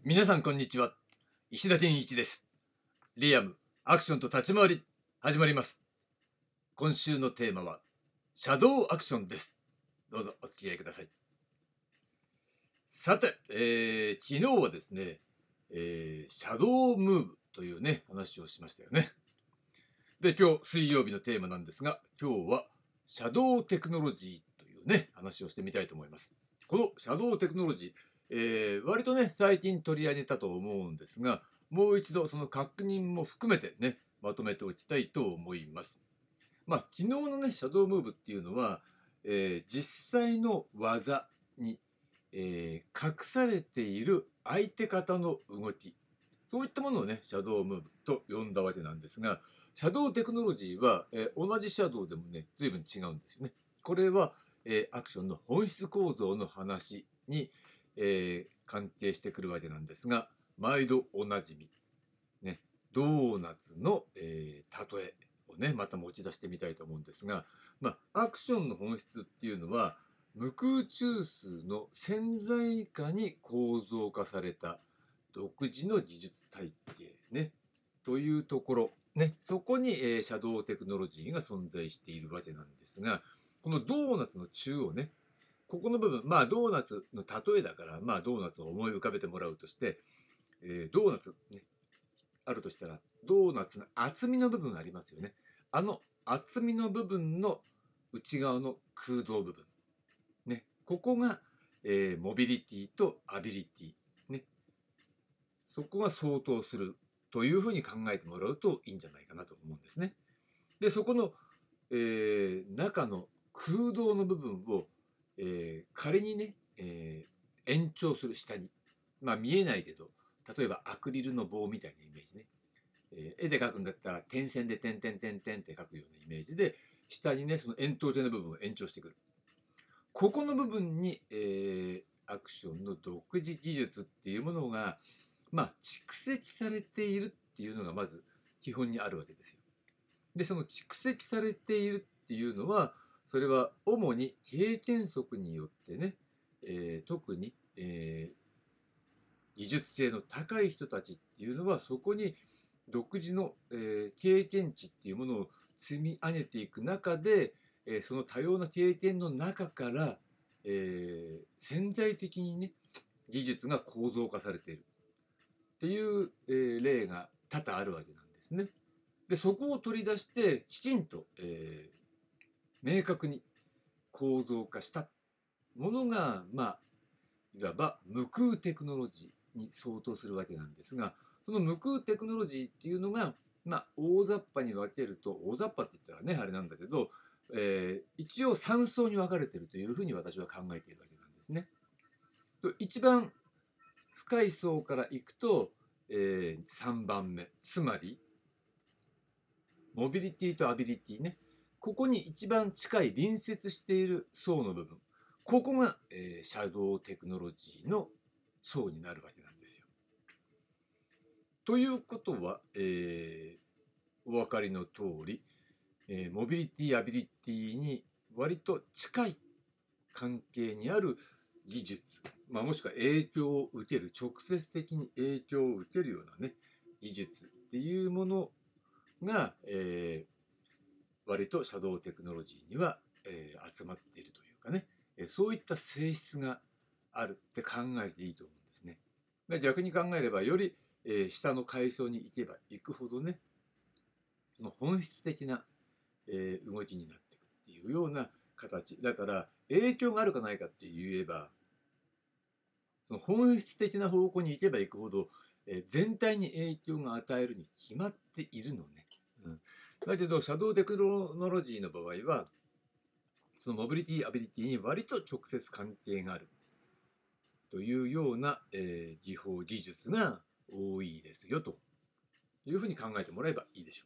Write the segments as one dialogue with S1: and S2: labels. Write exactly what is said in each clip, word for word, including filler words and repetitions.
S1: 皆さんこんにちは。石田健一です。リアム、アクションと立ち回り、始まります。今週のテーマは、シャドウアクションです。どうぞお付き合いください。さて、えー、昨日はですね、えー、シャドウムーブというね、話をしましたよね。で、今日水曜日のテーマなんですが、今日はシャドウテクノロジーというね、話をしてみたいと思います。このシャドウテクノロジー、えー、割とね、最近取り上げたと思うんですが、もう一度その確認も含めてね、まとめておきたいと思います。まあ、昨日のね、シャドウムーブっていうのは、えー、実際の技に、えー、隠されている相手方の動き、そういったものをね、シャドウムーブと呼んだわけなんですが、シャドウテクノロジーは、えー、同じシャドウでもね、随分違うんですよね。これは、えー、アクションの本質構造の話に、えー、関係してくるわけなんですが、毎度おなじみ、ね、ドーナツの、えー、例えをね、また持ち出してみたいと思うんですが、まあ、アクションの本質っていうのは、無空中枢の潜在下に構造化された独自の技術体系ね、というところ、ね、そこに、えー、シャドウテクノロジーが存在しているわけなんですが、このドーナツの中央ね、ここの部分、まあドーナツの例えだから、まあドーナツを思い浮かべてもらうとして、えー、ドーナツ、ね、あるとしたら、ドーナツの厚みの部分ありますよね。あの厚みの部分の内側の空洞部分。ね、ここが、えー、モビリティとアビリティ。ね、そこが相当するというふうに考えてもらうといいんじゃないかなと思うんですね。で、そこの、えー、中の空洞の部分を、えー、仮にね、えー、延長する下に。まあ見えないけど、例えばアクリルの棒みたいなイメージね。えー、絵で描くんだったら点線で点点点点って描くようなイメージで、下にね、その円筒状の部分を延長してくる。ここの部分に、えー、アクションの独自技術っていうものが、まあ、蓄積されているっていうのがまず基本にあるわけですよ。で、その蓄積されているっていうのは、それは主に経験則によってね、えー、特に、えー、技術性の高い人たちっていうのはそこに独自の、えー、経験値っていうものを積み上げていく中で、えー、その多様な経験の中から、えー、潜在的にね技術が構造化されているっていう、えー、例が多々あるわけなんですね。でそこを取り出してきちんと、えー、明確に構造化したものが、まあ、いわば無空テクノロジーに相当するわけなんですが、その無空テクノロジーっていうのが、まあ、大雑把に分けると、大雑把って言ったらね、あれなんだけど、えー、一応さん層に分かれているというふうに私は考えているわけなんですね。一番深い層からいくと、えー、さんばんめ、つまり、モビリティとアビリティね。ここに一番近い隣接している層の部分。ここが、えー、シャドウテクノロジーの層になるわけなんですよ。ということは、えー、お分かりの通り、えー、モビリティ、アビリティに割と近い関係にある技術、まあ、もしくは影響を受ける、直接的に影響を受けるようなね、技術っていうものが、えー、割とシャドウテクノロジーには、えー、集まっているというかね、えー、そういった性質があるって考えていいと思うんですね。で逆に考えればより、えー、下の階層に行けば行くほどね、その本質的な、えー、動きになっていくっていうような形だから、影響があるかないかって言えば、その本質的な方向に行けば行くほど、えー、全体に影響が与えるに決まっているのね。うん、だけどシャドウテクノロジーの場合はそのモビリティアビリティに割と直接関係があるというような、えー、技法技術が多いですよというふうに考えてもらえばいいでしょ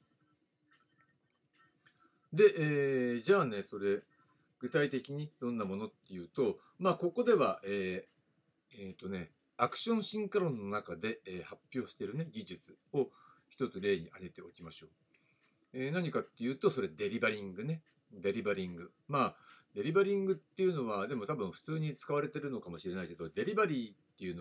S1: う。で、えー、じゃあねそれ具体的にどんなものっていうと、まあここではえー、えー、とねアクション進化論の中で、えー、発表しているね技術を一つ例に挙げておきましょう。えー、何かっていうとそれデリバリングね。デリバリング。まあデリバリングっていうのはでも多分普通に使われてるのかもしれないけど、デリバリーっていうのは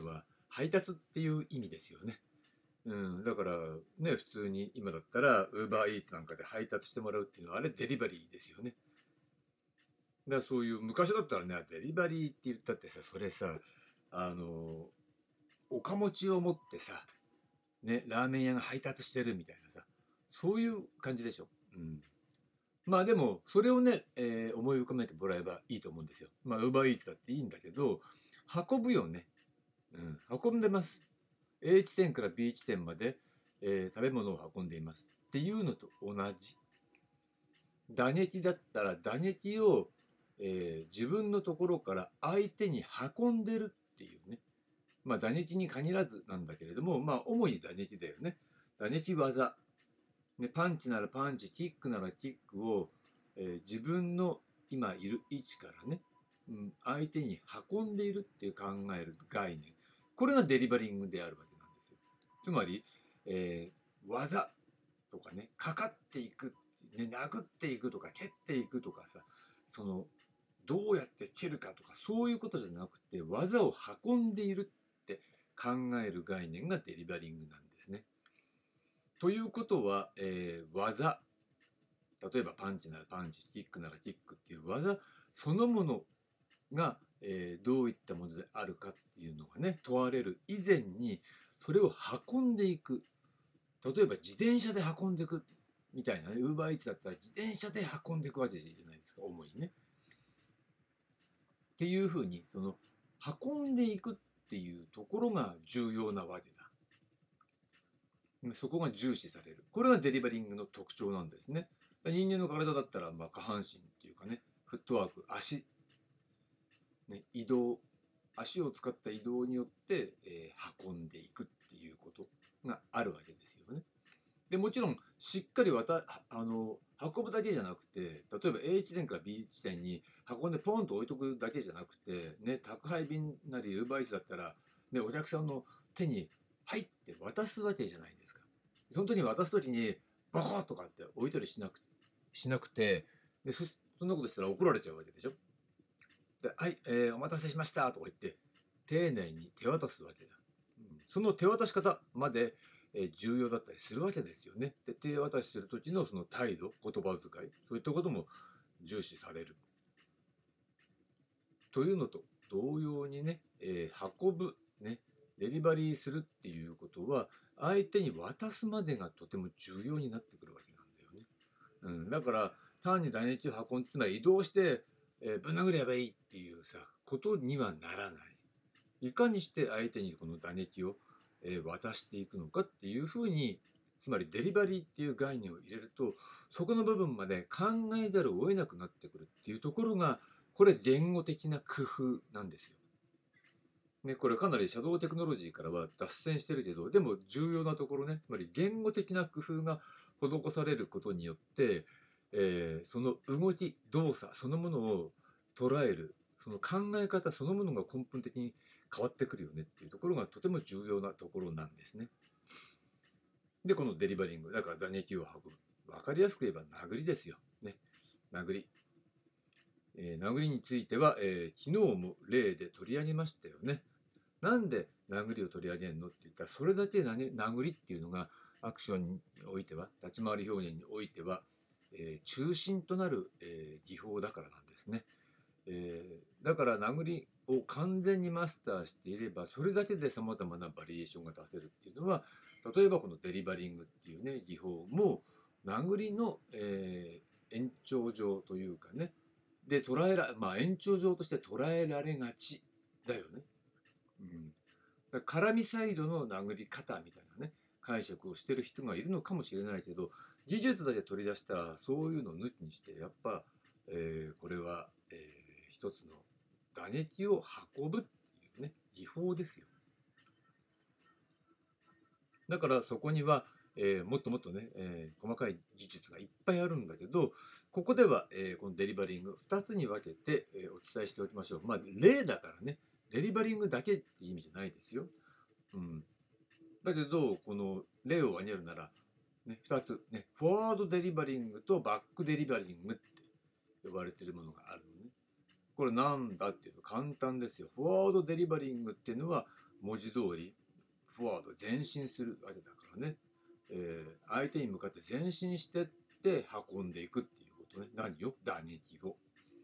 S1: 配達っていう意味ですよね。うん、だからね、普通に今だったら UberEats なんかで配達してもらうっていうのはあれデリバリーですよね。だからそういう昔だったらね、デリバリーって言ったってさ、それさ、あのおかもちを持ってさ、ね、ラーメン屋が配達してるみたいなさ、そういう感じでしょ。うん。まあでも、それをね、えー思い浮かべてもらえばいいと思うんですよ。まあ、UberEats だっていいんだけど、運ぶよね。うん、運んでます。A 地点から B 地点まで、えー食べ物を運んでいます。っていうのと同じ。打撃だったら打撃を、えー自分のところから相手に運んでるっていうね。まあ打撃に限らずなんだけれども、まあ主に打撃だよね。打撃技。ね、パンチならパンチ、キックならキックを、えー自分の今いる位置からね、うん、相手に運んでいるっていう考える概念。これがデリバリングであるわけなんですよ。つまり、えー技とかね、かかっていく、ね、殴っていくとか蹴っていくとかさ、そのどうやって蹴るかとかそういうことじゃなくて技を運んでいるって考える概念がデリバリングなんですね。ということは、えー技、例えばパンチならパンチ、キックならキックっていう技そのものが、えーどういったものであるかっていうのがね問われる以前にそれを運んでいく。例えば自転車で運んでいくみたいなね、ウーバーイーツだったら自転車で運んでいくわけじゃないですか、主にね。っていうふうにその運んでいくっていうところが重要なわけだ。そこが重視される。これがデリバリングの特徴なんですね。人間の体だったらまあ下半身っていうかね、フットワーク、足、ね、移動、足を使った移動によって、えー運んでいくっていうことがあるわけですよね。でもちろんしっかりわたあの運ぶだけじゃなくて、例えば A 地点から B 地点に運んでポンと置いとくだけじゃなくて、ね、宅配便なり ウーバーイーツだったら、ね、お客さんの手に「はい」って渡すわけじゃないですか。その時に渡す時にバコッとかって置いたりしなくしなくて、で そ, そんなことしたら怒られちゃうわけでしょ。で「はい、えー、お待たせしました」とか言って丁寧に手渡すわけだ。うん、その手渡し方までえ重要だったりするわけですよね。で手渡しする時のその態度、言葉遣い、そういったことも重視される。というのと同様にね、えー運ぶ、ね、デリバリーするっていうことは相手に渡すまでがとても重要になってくるわけなんだよね。うん、だから単に打撃を運んで、つまり移動して、えーぶん殴ればいいっていうさことにはならない。いかにして相手にこの打撃をえ渡していくのかっていうふうに、つまりデリバリーっていう概念を入れるとそこの部分まで考えざるを得なくなってくるっていうところが、これ言語的な工夫なんですよ。ね、これかなりシャドウテクノロジーからは脱線してるけど、でも重要なところね、つまり言語的な工夫が施されることによって、えーその動き動作そのものを捉える、その考え方そのものが根本的に変わってくるよねっていうところがとても重要なところなんですね。でこのデリバリングだから打撃を運ぶ、分かりやすく言えば殴りですよね。殴り、えー殴りについては、えー昨日も例で取り上げましたよね。なんで殴りを取り上げるのって言ったら、それだけ殴りっていうのがアクションにおいては、立ち回り表現においては、えー中心となる、えー技法だからなんですね。えーだから殴りを完全にマスターしていればそれだけでさまざまなバリエーションが出せるっていうのは、例えばこのデリバリングっていうね技法も殴りの、えー延長上というかね、で捉えらまあ延長上として捉えられがちだよね。うん、だから絡みサイドの殴り方みたいなね解釈をしてる人がいるのかもしれないけど、技術だけ取り出したらそういうのを抜きにしてやっぱ、えーこれは、えー一つの打撃を運ぶっていうね技法ですよ。だからそこには、えーもっともっとね、えー細かい技術がいっぱいあるんだけど、ここでは、えーこのデリバリングふたつに分けて、えーお伝えしておきましょう。まあ例だからね、デリバリングだけって意味じゃないですよ。うん、だけどこの例を挙げるなら、ね、ふたつ、ね、フォワードデリバリングとバックデリバリングって呼ばれているものがあるのね。 これなんだっていうと簡単ですよ。フォワードデリバリングっていうのは文字通りフォワード前進するわけだからね、えー、相手に向かって前進してって運んでいくっていうことね。何よ？打撃を。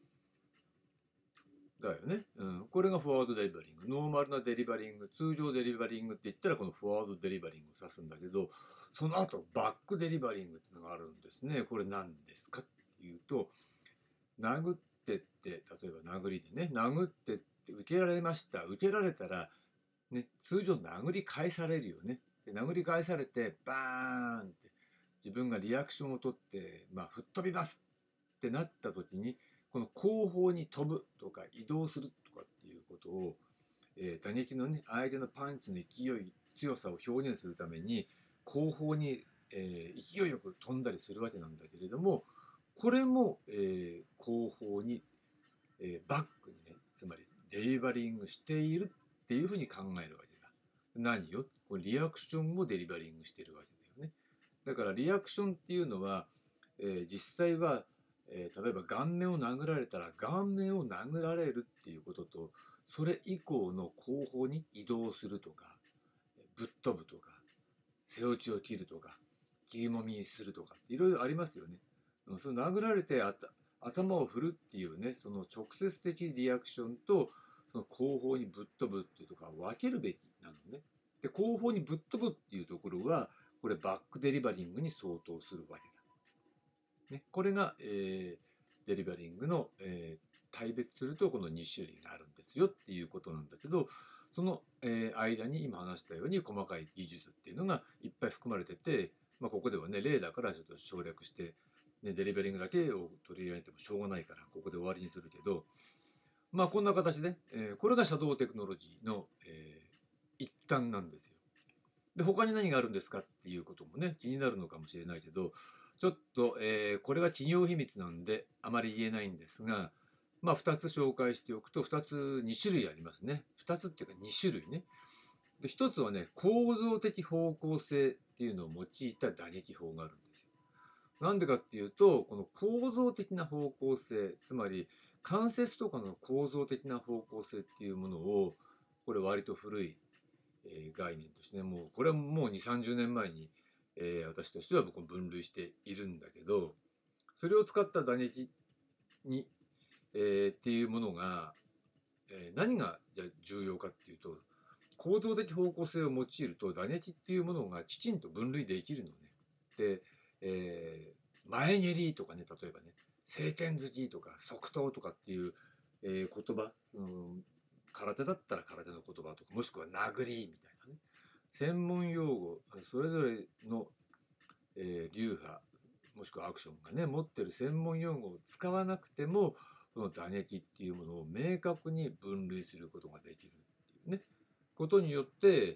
S1: だよね、うん、これがフォワードデリバリング。ノーマルなデリバリング、通常デリバリングって言ったらこのフォワードデリバリングを指すんだけど、その後バックデリバリングっていうのがあるんですね。これ何ですかっていうと、殴ってって、例えば殴りでね、殴ってって受けられました。受けられたら、ね、通常殴り返されるよね。で殴り返されてバーンって自分がリアクションを取って、まあ、吹っ飛びますってなった時に、この後方に飛ぶとか移動するとかっていうことを、えー、打撃のね、相手のパンチの勢い、強さを表現するために後方に、えー、勢いよく飛んだりするわけなんだけれども、これも、えー、後方に、えー、バックにね、つまりデリバリングしているっていうふうに考えるわけだ。何よ？これリアクションもデリバリングしているわけだよね。だからリアクションっていうのは、えー、実際は、えー、例えば顔面を殴られたら顔面を殴られるっていうことと、それ以降の後方に移動するとか、ぶっ飛ぶとか、背落ちを切るとか、切りもみにするとか、いろいろありますよね。その殴られてあた頭を振るっていうね、その直接的リアクションと、その後方にぶっ飛ぶっていうところは分けるべきなのね。で、後方にぶっ飛ぶっていうところは、これバックデリバリングに相当するわけだ。ね、これが、えー、デリバリングの、えー、大別するとこのに種類があるんですよっていうことなんだけど、その、えー、間に今話したように細かい技術っていうのがいっぱい含まれてて、まあ、ここではね、例だからちょっと省略して、ね、デリバリングだけを取り上げてもしょうがないから、ここで終わりにするけど、まあこんな形で、えー、これがシャドウテクノロジーの、えー、一端なんですよ。で、他に何があるんですかっていうこともね、気になるのかもしれないけど、ちょっと、えー、これは企業秘密なんであまり言えないんですが、まあふたつ紹介しておくと、ふたつ、に種類ありますね。ふたつっていうかに種類ね。で、ひとつはね、構造的方向性っていうのを用いた打撃法があるんですよ。なんでかっていうと、この構造的な方向性、つまり関節とかの構造的な方向性っていうものを、これ割と古い、えー、概念としてね、もうこれはもうに、さんじゅうねんまえに、えー、私としては僕も分類しているんだけど、それを使った打撃に、えー、っていうものが、えー、何がじゃ重要かっていうと、構造的方向性を用いると打撃っていうものがきちんと分類できるのね。で、えー、前蹴りとかね、例えばね、正拳突きとか側頭とかっていう、えー、言葉、うん、空手だったら空手の言葉とか、もしくは殴りみたいなね、専門用語、それぞれの、えー、流派、もしくはアクションがね、持ってる専門用語を使わなくても、その打撃っていうものを明確に分類することができるっていうね、ことによって、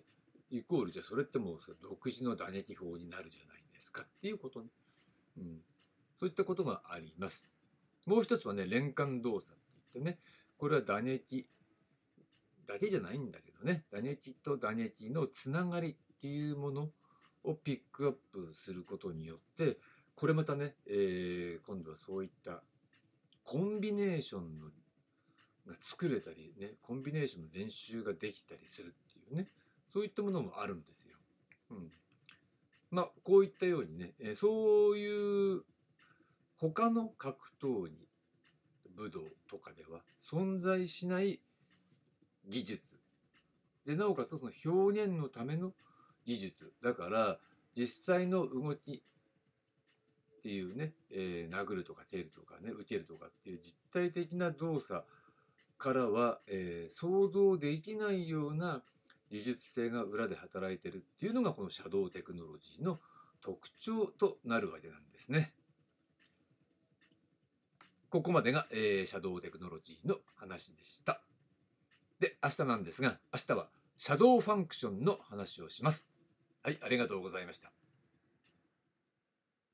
S1: イコールじゃそれってもう独自の打撃法になるじゃないですかっていうことね。うん、そういったことがあります。もう一つはね、連関動作って言ってね、これは打撃だけじゃないんだけどね、打撃と打撃のつながりっていうものをピックアップすることによって、これまたね、えー、今度はそういったコンビネーションのが作れたりね、コンビネーションの練習ができたりするっていうね、そういったものもあるんですよ。うん。まあ、こういったようにね、えー、そういう他の格闘技、武道とかでは存在しない技術。で、なおかつその表現のための技術。だから、実際の動きっていうね、えー、殴るとか蹴るとかね、受けるとかっていう実体的な動作からは、えー、想像できないような技術性が裏で働いてるっていうのがこのシャドウテクノロジーの特徴となるわけなんですね。ここまでが、えー、シャドウテクノロジーの話でした。で、明日なんですが、明日はシャドウファンクションの話をします。はい、ありがとうございました。